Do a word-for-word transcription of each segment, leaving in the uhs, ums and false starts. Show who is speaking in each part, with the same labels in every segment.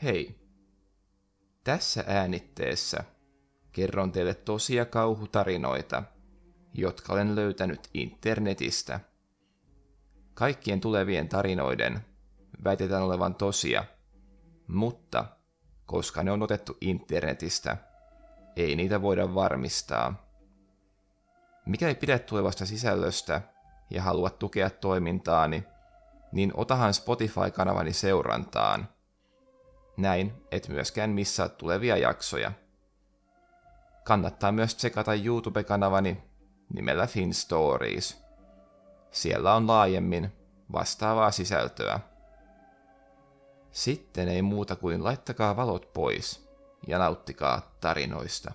Speaker 1: Hei! Tässä äänitteessä kerron teille tosia kauhutarinoita, jotka olen löytänyt internetistä. Kaikkien tulevien tarinoiden väitetään olevan tosia, mutta koska ne on otettu internetistä, ei niitä voida varmistaa. Mikäli pidät tulevasta sisällöstä ja haluat tukea toimintaani, niin otahan Spotify-kanavani seurantaan. Näin et myöskään missaa tulevia jaksoja. Kannattaa myös tsekata YouTube-kanavani nimellä FinStories. Siellä on laajemmin vastaavaa sisältöä. Sitten ei muuta kuin laittakaa valot pois ja nauttikaa tarinoista.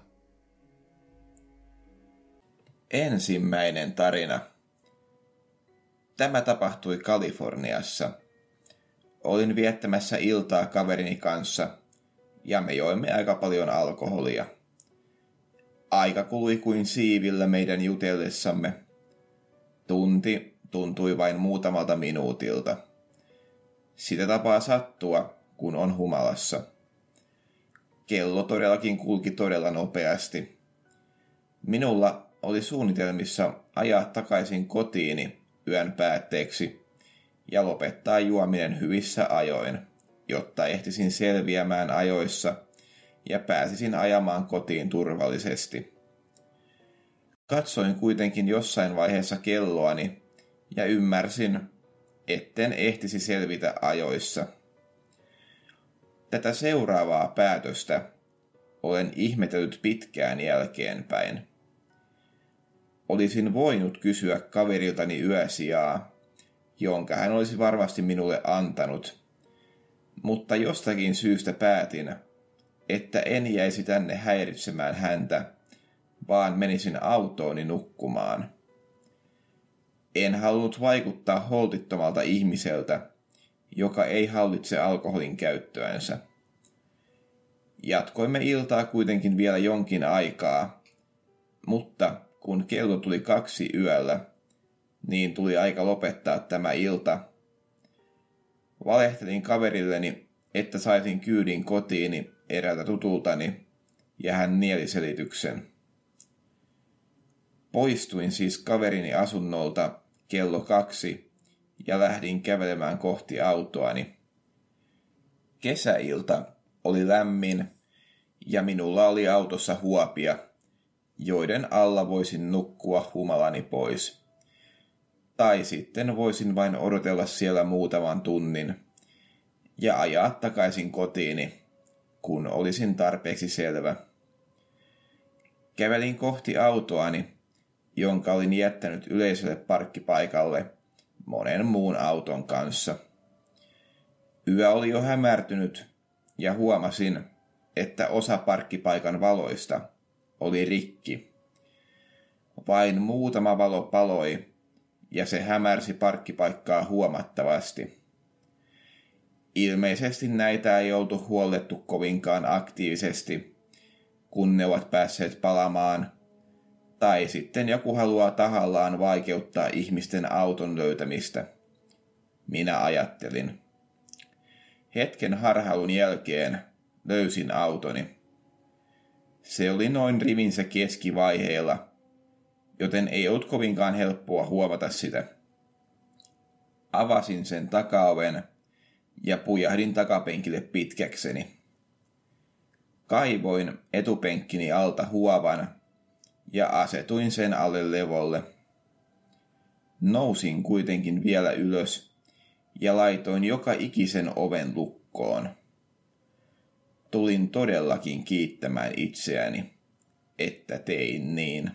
Speaker 2: Ensimmäinen tarina. Tämä tapahtui Kaliforniassa. Olin viettämässä iltaa kaverini kanssa ja me joimme aika paljon alkoholia. Aika kului kuin siivillä meidän jutellessamme. Tunti tuntui vain muutamalta minuutilta. Sitä tapaa sattua, kun on humalassa. Kello todellakin kulki todella nopeasti. Minulla oli suunnitelmissa ajaa takaisin kotiini yön päätteeksi ja lopettaa juominen hyvissä ajoin, jotta ehtisin selviämään ajoissa ja pääsisin ajamaan kotiin turvallisesti. Katsoin kuitenkin jossain vaiheessa kelloani ja ymmärsin, etten ehtisi selvitä ajoissa. Tätä seuraavaa päätöstä olen ihmetellyt pitkään jälkeenpäin. Olisin voinut kysyä kaveriltani yösijaa, jonka hän olisi varmasti minulle antanut, mutta jostakin syystä päätin, että en jäisi tänne häiritsemään häntä, vaan menisin autooni nukkumaan. En halunnut vaikuttaa holtittomalta ihmiseltä, joka ei hallitse alkoholin käyttöänsä. Jatkoimme iltaa kuitenkin vielä jonkin aikaa, mutta kun kello tuli kaksi yöllä, niin tuli aika lopettaa tämä ilta. Valehtelin kaverilleni, että saisin kyydin kotiini eräältä tutultani, ja hän nieli selityksen. Poistuin siis kaverini asunnolta kello kaksi ja lähdin kävelemään kohti autoani. Kesäilta oli lämmin ja minulla oli autossa huopia, joiden alla voisin nukkua humalani pois. Tai sitten voisin vain odotella siellä muutaman tunnin ja ajaa takaisin kotiini, kun olisin tarpeeksi selvä. Kävelin kohti autoani, jonka olin jättänyt yleiselle parkkipaikalle monen muun auton kanssa. Yö oli jo hämärtynyt ja huomasin, että osa parkkipaikan valoista oli rikki. Vain muutama valo paloi ja se hämärsi parkkipaikkaa huomattavasti. Ilmeisesti näitä ei oltu huollettu kovinkaan aktiivisesti, kun ne ovat päässeet palamaan, tai sitten joku haluaa tahallaan vaikeuttaa ihmisten auton löytämistä. Minä ajattelin. Hetken harhailun jälkeen löysin autoni. Se oli noin rivinsä keskivaiheilla, joten ei ollut kovinkaan helppoa huomata sitä. Avasin sen takaoven ja pujahdin takapenkille pitkäkseni. Kaivoin etupenkkini alta huovan ja asetuin sen alle levolle. Nousin kuitenkin vielä ylös ja laitoin joka ikisen oven lukkoon. Tulin todellakin kiittämään itseäni, että tein niin.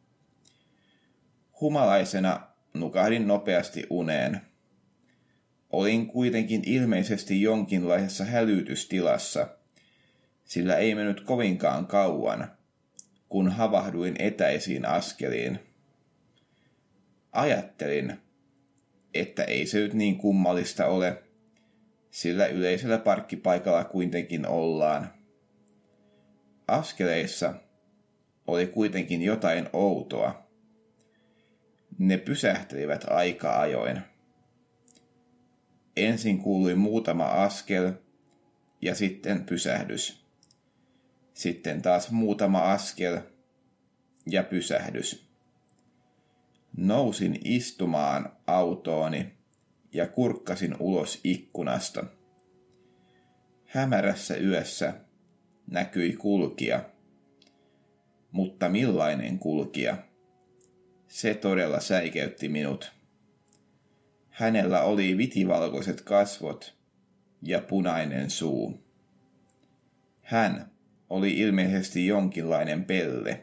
Speaker 2: Humalaisena nukahdin nopeasti uneen. Olin kuitenkin ilmeisesti jonkinlaisessa hälytystilassa, sillä ei mennyt kovinkaan kauan, kun havahduin etäisiin askeliin. Ajattelin, että ei se nyt niin kummallista ole, sillä yleisellä parkkipaikalla kuitenkin ollaan. Askeleissa oli kuitenkin jotain outoa. Ne pysähtelivät aika ajoin. Ensin kuului muutama askel, ja sitten pysähdys. Sitten taas muutama askel ja pysähdys. Nousin istumaan autooni ja kurkkasin ulos ikkunasta. Hämärässä yössä näkyi kulkija. Mutta millainen kulkija? Se todella säikeytti minut. Hänellä oli vitivalkoiset kasvot ja punainen suu. Hän oli ilmeisesti jonkinlainen pelle.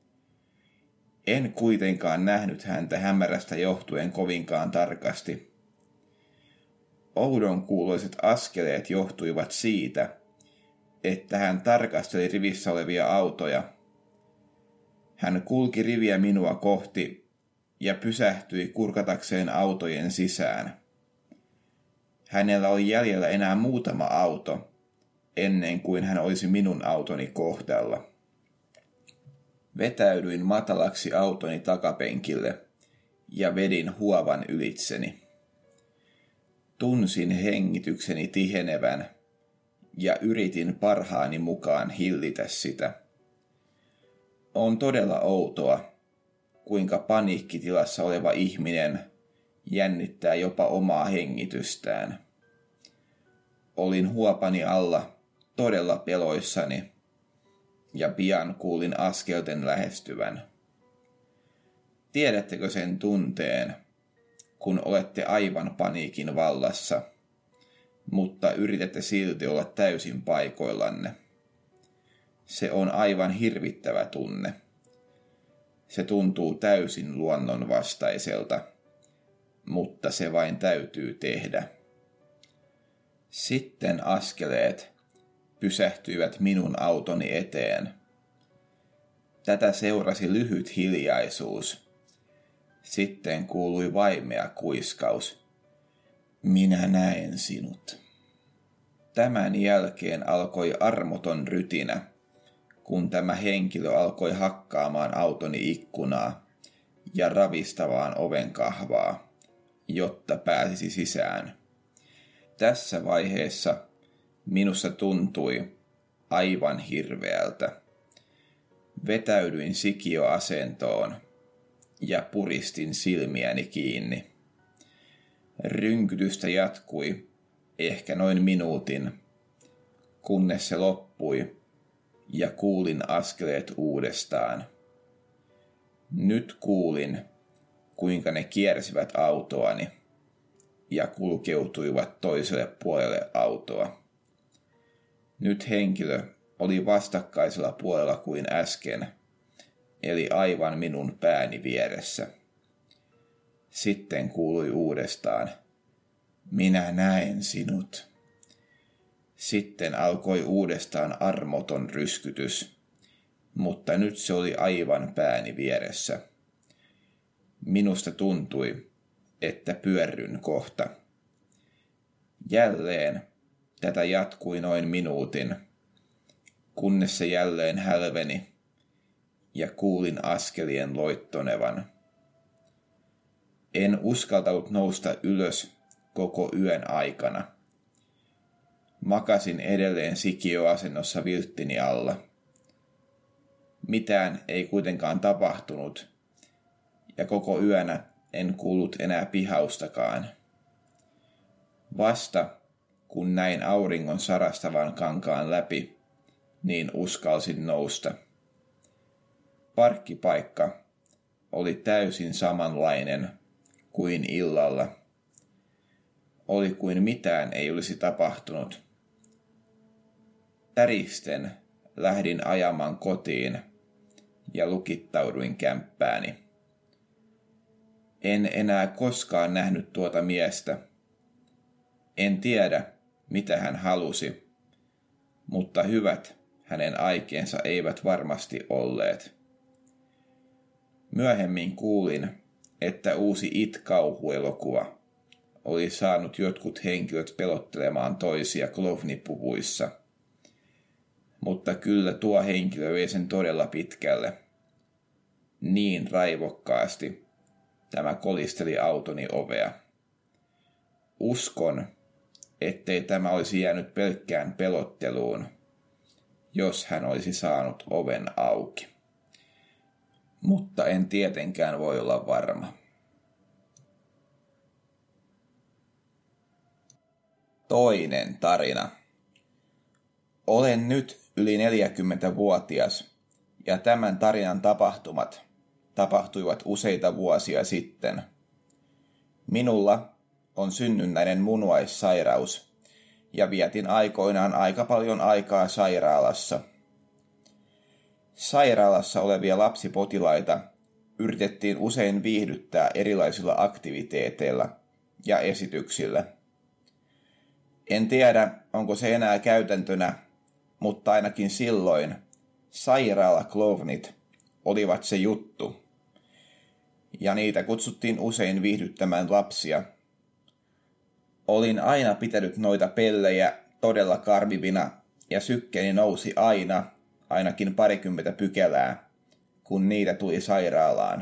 Speaker 2: En kuitenkaan nähnyt häntä hämärästä johtuen kovinkaan tarkasti. Oudon kuuloiset askeleet johtuivat siitä, että hän tarkasteli rivissä olevia autoja. Hän kulki riviä minua kohti ja pysähtyi kurkatakseen autojen sisään. Hänellä oli jäljellä enää muutama auto, ennen kuin hän olisi minun autoni kohdalla. Vetäydyin matalaksi autoni takapenkille ja vedin huovan ylitseni. Tunsin hengitykseni tihenevän ja yritin parhaani mukaan hillitä sitä. On todella outoa, kuinka paniikkitilassa oleva ihminen jännittää jopa omaa hengitystään. Olin huopani alla todella peloissani ja pian kuulin askelten lähestyvän. Tiedättekö sen tunteen, kun olette aivan paniikin vallassa, mutta yritätte silti olla täysin paikoillanne? Se on aivan hirvittävä tunne. Se tuntuu täysin luonnonvastaiselta, mutta se vain täytyy tehdä. Sitten askeleet pysähtyivät minun autoni eteen. Tätä seurasi lyhyt hiljaisuus. Sitten kuului vaimea kuiskaus. Minä näen sinut. Tämän jälkeen alkoi armoton rytinä, kun tämä henkilö alkoi hakkaamaan autoni ikkunaa ja ravistavaan ovenkahvaa, jotta pääsisi sisään. Tässä vaiheessa minusta tuntui aivan hirveältä. Vetäydyin sikioasentoon ja puristin silmiäni kiinni. Rynkytystä jatkui ehkä noin minuutin, kunnes se loppui ja kuulin askeleet uudestaan. Nyt kuulin, kuinka ne kiersivät autoani ja kulkeutuivat toiselle puolelle autoa. Nyt henkilö oli vastakkaisella puolella kuin äsken, eli aivan minun pääni vieressä. Sitten kuului uudestaan, minä näen sinut. Sitten alkoi uudestaan armoton ryskytys, mutta nyt se oli aivan pääni vieressä. Minusta tuntui, että pyörryn kohta. Jälleen tätä jatkui noin minuutin, kunnes se jälleen hälveni ja kuulin askelien loittonevan. En uskaltanut nousta ylös koko yön aikana. Makasin edelleen sikioasennossa vilttini alla. Mitään ei kuitenkaan tapahtunut, ja koko yönä en kuullut enää pihaustakaan. Vasta kun näin auringon sarastavan kankaan läpi, niin uskalsin nousta. Parkkipaikka oli täysin samanlainen kuin illalla. Oli kuin mitään ei olisi tapahtunut. Täristen lähdin ajamaan kotiin ja lukittauduin kämppääni. En enää koskaan nähnyt tuota miestä. En tiedä, mitä hän halusi, mutta hyvät hänen aikeensa eivät varmasti olleet. Myöhemmin kuulin, että uusi It-kauhuelokuva oli saanut jotkut henkilöt pelottelemaan toisia klovnipuvuissa. Mutta kyllä tuo henkilö vei sen todella pitkälle. Niin raivokkaasti tämä kolisteli autoni ovea. Uskon, ettei tämä olisi jäänyt pelkkään pelotteluun, jos hän olisi saanut oven auki. Mutta en tietenkään voi olla varma. Toinen tarina. Olen nyt yli neljäkymmentävuotias ja tämän tarinan tapahtumat tapahtuivat useita vuosia sitten. Minulla on synnynnäinen munuaissairaus ja vietin aikoinaan aika paljon aikaa sairaalassa. Sairaalassa olevia lapsipotilaita yritettiin usein viihdyttää erilaisilla aktiviteeteilla ja esityksillä. En tiedä, onko se enää käytäntönä, mutta ainakin silloin sairaalaklownit olivat se juttu. Ja niitä kutsuttiin usein viihdyttämään lapsia. Olin aina pitänyt noita pellejä todella karmivina ja sykkeeni nousi aina, ainakin parikymmentä pykälää, kun niitä tuli sairaalaan.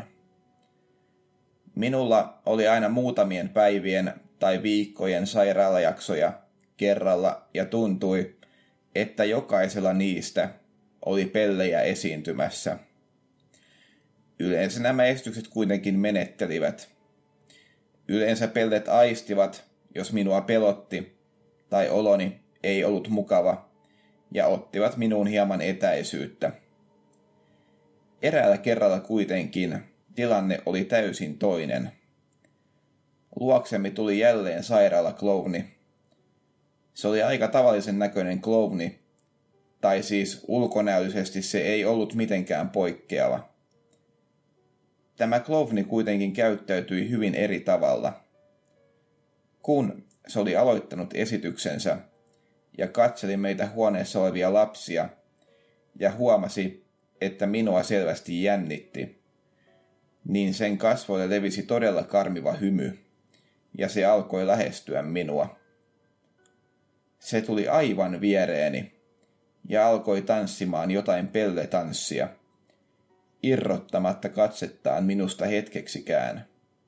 Speaker 2: Minulla oli aina muutamien päivien tai viikkojen sairaalajaksoja kerralla ja tuntui, että jokaisella niistä oli pellejä esiintymässä. Yleensä nämä esitykset kuitenkin menettelivät. Yleensä pellet aistivat, jos minua pelotti tai oloni ei ollut mukava, ja ottivat minuun hieman etäisyyttä. Eräällä kerralla kuitenkin tilanne oli täysin toinen. Luoksemme tuli jälleen sairaalaklouni. Se oli aika tavallisen näköinen klouni, tai siis ulkonäöllisesti se ei ollut mitenkään poikkeava. Tämä klouni kuitenkin käyttäytyi hyvin eri tavalla. Kun se oli aloittanut esityksensä ja katseli meitä huoneessa olevia lapsia ja huomasi, että minua selvästi jännitti, niin sen kasvoille levisi todella karmiva hymy ja se alkoi lähestyä minua. Se tuli aivan viereeni ja alkoi tanssimaan jotain pelletanssia, irrottamatta katsettaan minusta hetkeksikään.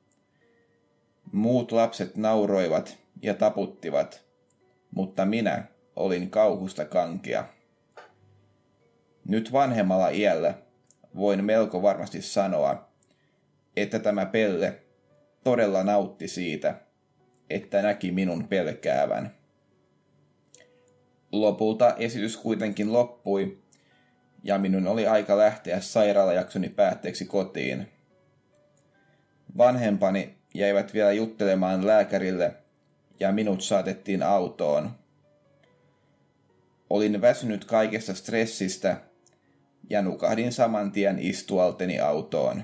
Speaker 2: Muut lapset nauroivat ja taputtivat, mutta minä olin kauhusta kankea. Nyt vanhemmalla iällä voin melko varmasti sanoa, että tämä pelle todella nautti siitä, että näki minun pelkäävän. Lopulta esitys kuitenkin loppui, ja minun oli aika lähteä sairaalajaksoni päätteeksi kotiin. Vanhempani jäivät vielä juttelemaan lääkärille, ja minut saatettiin autoon. Olin väsynyt kaikesta stressistä, ja nukahdin saman tien istualteni autoon.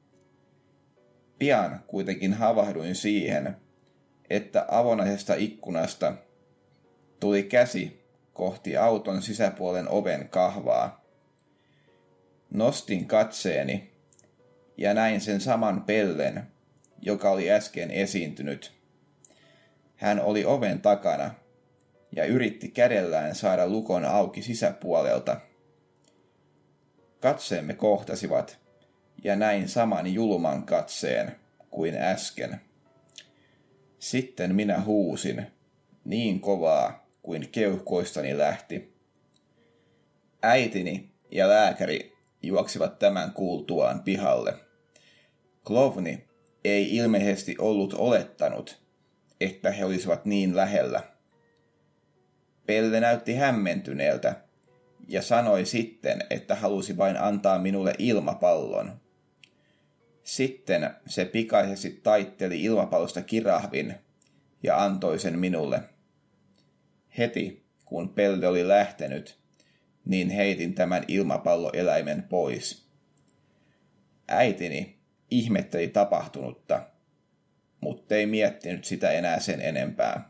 Speaker 2: Pian kuitenkin havahduin siihen, että avonaisesta ikkunasta tuli käsi kohti auton sisäpuolen oven kahvaa. Nostin katseeni ja näin sen saman pellen, joka oli äsken esiintynyt. Hän oli oven takana ja yritti kädellään saada lukon auki sisäpuolelta. Katseemme kohtasivat ja näin saman julman katseen kuin äsken. Sitten minä huusin niin kovaa kuin keuhkoistani lähti. Äitini ja lääkäri juoksivat tämän kuultuaan pihalle. Klouni ei ilmeisesti ollut olettanut, että he olisivat niin lähellä. Pelle näytti hämmentyneeltä ja sanoi sitten, että halusi vain antaa minulle ilmapallon. Sitten se pikaisesti taitteli ilmapallosta kirahvin ja antoi sen minulle. Heti kun Pelle oli lähtenyt, niin heitin tämän ilmapalloeläimen pois. Äitini ihmetteli tapahtunutta, mutta ei miettinyt sitä enää sen enempää.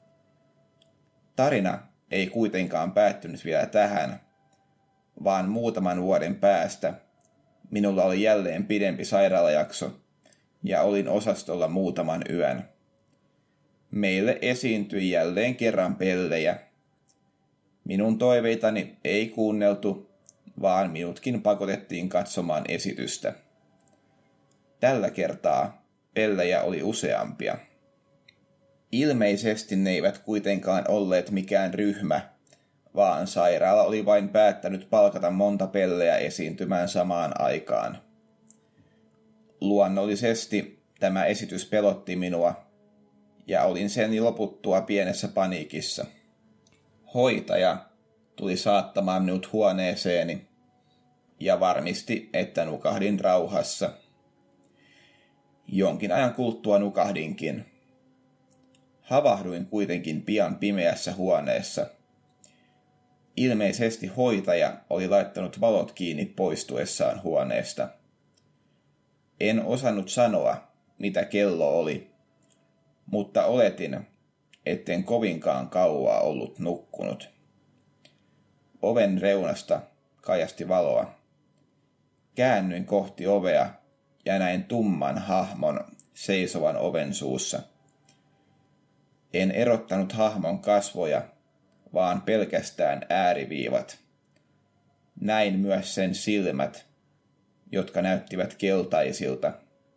Speaker 2: Tarina ei kuitenkaan päättynyt vielä tähän, vaan muutaman vuoden päästä minulla oli jälleen pidempi sairaalajakso ja olin osastolla muutaman yön. Meille esiintyi jälleen kerran pellejä. Minun toiveitani ei kuunneltu, vaan minutkin pakotettiin katsomaan esitystä. Tällä kertaa pellejä oli useampia. Ilmeisesti ne eivät kuitenkaan olleet mikään ryhmä, vaan sairaala oli vain päättänyt palkata monta pelleä esiintymään samaan aikaan. Luonnollisesti tämä esitys pelotti minua, ja olin sen loputtua pienessä paniikissa. Hoitaja tuli saattamaan minut huoneeseeni ja varmisti, että nukahdin rauhassa. Jonkin ajan kuluttua nukahdinkin. Havahduin kuitenkin pian pimeässä huoneessa. Ilmeisesti hoitaja oli laittanut valot kiinni poistuessaan huoneesta. En osannut sanoa, mitä kello oli, mutta oletin, etten kovinkaan kauaa ollut nukkunut. Oven reunasta kajasti valoa. Käännyin kohti ovea ja näin tumman hahmon seisovan oven suussa. En erottanut hahmon kasvoja, vaan pelkästään ääriviivat. Näin myös sen silmät, jotka näyttivät keltaisilta.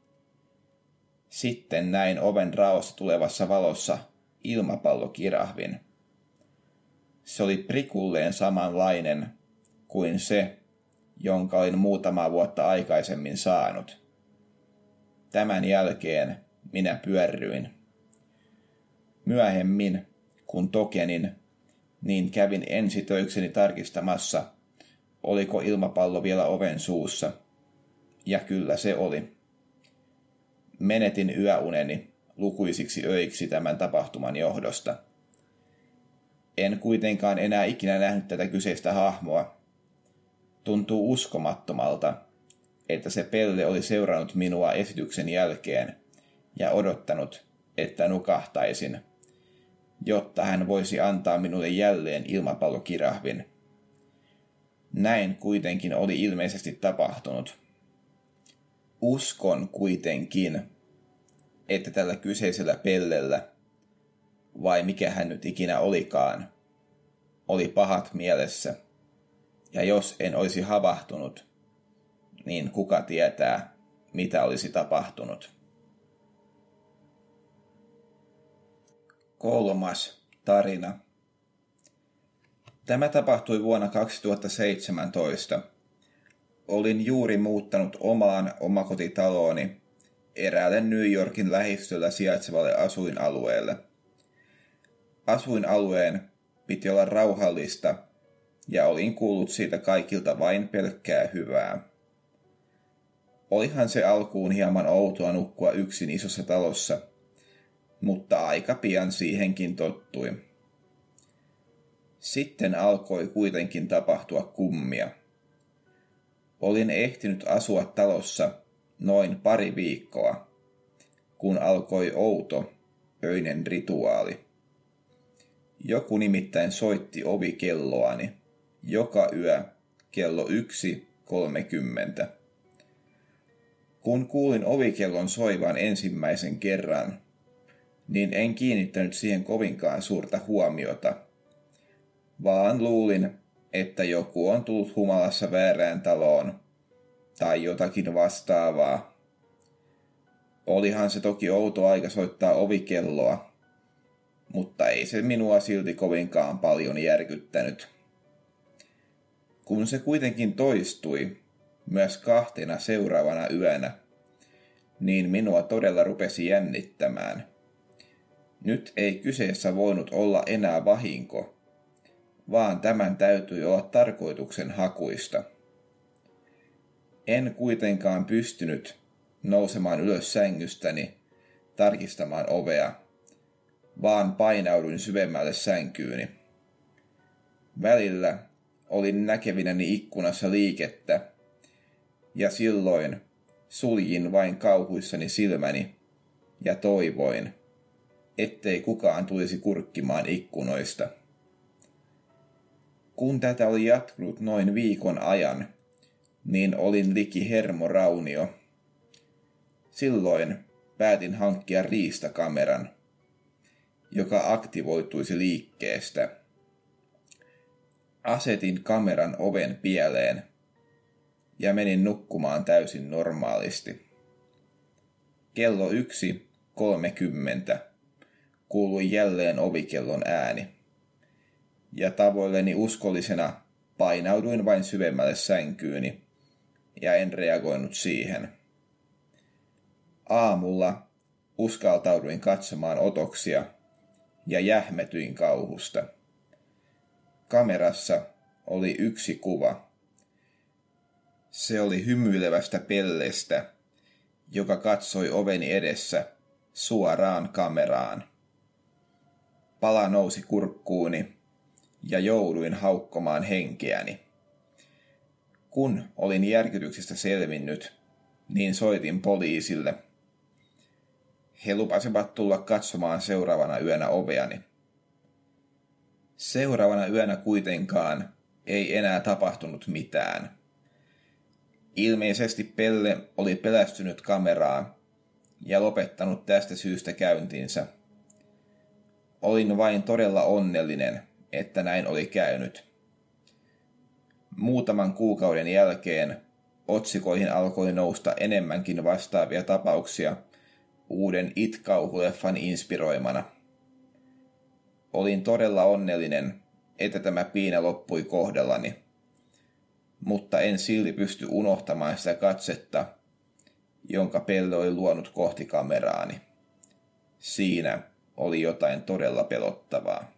Speaker 2: Sitten näin oven raosta tulevassa valossa ilmapallokirahvin. Se oli prikulleen samanlainen kuin se, jonka olin muutama vuotta aikaisemmin saanut. Tämän jälkeen minä pyörryin. Myöhemmin, kun tokenin, niin kävin ensitöikseni tarkistamassa, oliko ilmapallo vielä oven suussa. Ja kyllä se oli. Menetin yöuneni lukuisiksi öiksi tämän tapahtuman johdosta. En kuitenkaan enää ikinä nähnyt tätä kyseistä hahmoa. Tuntuu uskomattomalta, että se pelle oli seurannut minua esityksen jälkeen ja odottanut, että nukahtaisin, jotta hän voisi antaa minulle jälleen ilmapallokirahvin. Näin kuitenkin oli ilmeisesti tapahtunut. Uskon kuitenkin, että tällä kyseisellä pellellä, vai mikä hän nyt ikinä olikaan, oli pahat mielessä. Ja jos en olisi havahtunut, niin kuka tietää, mitä olisi tapahtunut. Kolmas tarina. Tämä tapahtui vuonna kaksituhattaseitsemäntoista. Olin juuri muuttanut omaan omakotitalooni eräälle New Yorkin lähistöllä sijaitsevalle asuinalueelle. Asuinalueen piti olla rauhallista ja olin kuullut siitä kaikilta vain pelkkää hyvää. Olihan se alkuun hieman outoa nukkua yksin isossa talossa, mutta aika pian siihenkin tottui. Sitten alkoi kuitenkin tapahtua kummia. Olin ehtinyt asua talossa noin pari viikkoa, kun alkoi outo öinen rituaali. Joku nimittäin soitti ovikelloani joka yö kello yksi kolmekymmentä. Kun kuulin ovikellon soivan ensimmäisen kerran, niin en kiinnittänyt siihen kovinkaan suurta huomiota, vaan luulin, että joku on tullut humalassa väärään taloon tai jotakin vastaavaa. Olihan se toki outo aika soittaa ovikelloa, mutta ei se minua silti kovinkaan paljon järkyttänyt. Kun se kuitenkin toistui myös kahtena seuraavana yönä, niin minua todella rupesi jännittämään. Nyt ei kyseessä voinut olla enää vahinko, vaan tämän täytyi olla tarkoituksen hakuista. En kuitenkaan pystynyt nousemaan ylös sängystäni tarkistamaan ovea, vaan painauduin syvemmälle sänkyyni. Välillä olin näkevinäni ikkunassa liikettä, ja silloin suljin vain kauhuissani silmäni ja toivoin, ettei kukaan tulisi kurkkimaan ikkunoista. Kun tätä oli jatkunut noin viikon ajan, niin olin liki hermoraunio. Silloin päätin hankkia riistakameran, joka aktivoituisi liikkeestä. Asetin kameran oven pieleen ja menin nukkumaan täysin normaalisti. Kello yksi kolmekymmentä kuului jälleen ovikellon ääni. Ja tavoilleni uskollisena painauduin vain syvemmälle sänkyyni, ja en reagoinut siihen. Aamulla uskaltauduin katsomaan otoksia, ja jähmetyin kauhusta. Kamerassa oli yksi kuva. Se oli hymyilevästä pellestä, joka katsoi oveni edessä suoraan kameraan. Pala nousi kurkkuuni ja jouduin haukkomaan henkeäni. Kun olin järkytyksestä selvinnyt, niin soitin poliisille. He lupasivat tulla katsomaan seuraavana yönä oveani. Seuraavana yönä kuitenkaan ei enää tapahtunut mitään. Ilmeisesti Pelle oli pelästynyt kameraa ja lopettanut tästä syystä käyntinsä. Olin vain todella onnellinen, että näin oli käynyt. Muutaman kuukauden jälkeen otsikoihin alkoi nousta enemmänkin vastaavia tapauksia uuden It-kauhuleffan inspiroimana. Olin todella onnellinen, että tämä piina loppui kohdallani, mutta en silti pysty unohtamaan sitä katsetta, jonka Pelle oli luonut kohti kameraani. Siinä oli jotain todella pelottavaa.